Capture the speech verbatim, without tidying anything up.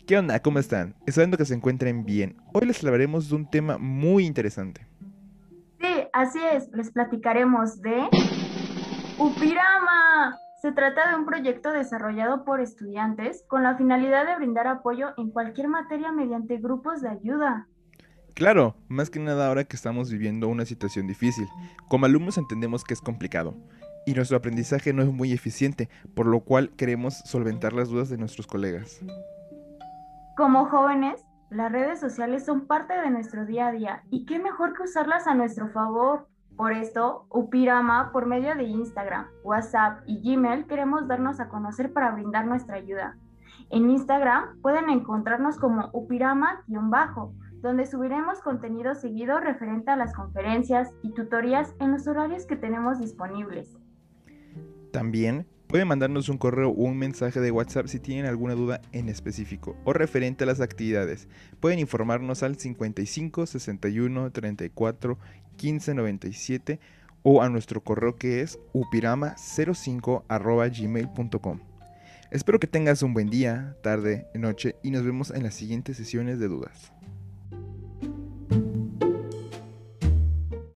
¿Qué onda? ¿Cómo están? Esperando que se encuentren bien. Hoy les hablaremos de un tema muy interesante. Sí, así es, les platicaremos de Upirama. Se trata de un proyecto desarrollado por estudiantes con la finalidad de brindar apoyo en cualquier materia mediante grupos de ayuda. Claro, más que nada ahora que estamos viviendo una situación difícil. Como alumnos entendemos que es complicado y nuestro aprendizaje no es muy eficiente, por lo cual queremos solventar las dudas de nuestros colegas. Como jóvenes, las redes sociales son parte de nuestro día a día y qué mejor que usarlas a nuestro favor. Por esto, Upirama, por medio de Instagram, WhatsApp y Gmail, queremos darnos a conocer para brindar nuestra ayuda. En Instagram pueden encontrarnos como Upirama-bajo, donde subiremos contenido seguido referente a las conferencias y tutorías en los horarios que tenemos disponibles. También pueden mandarnos un correo o un mensaje de WhatsApp si tienen alguna duda en específico o referente a las actividades. Pueden informarnos al cincuenta y cinco, sesenta y uno, treinta y cuatro, quince, noventa y siete o a nuestro correo que es upirama cero cinco arroba gmail punto com. Espero que tengas un buen día, tarde, noche y nos vemos en las siguientes sesiones de dudas.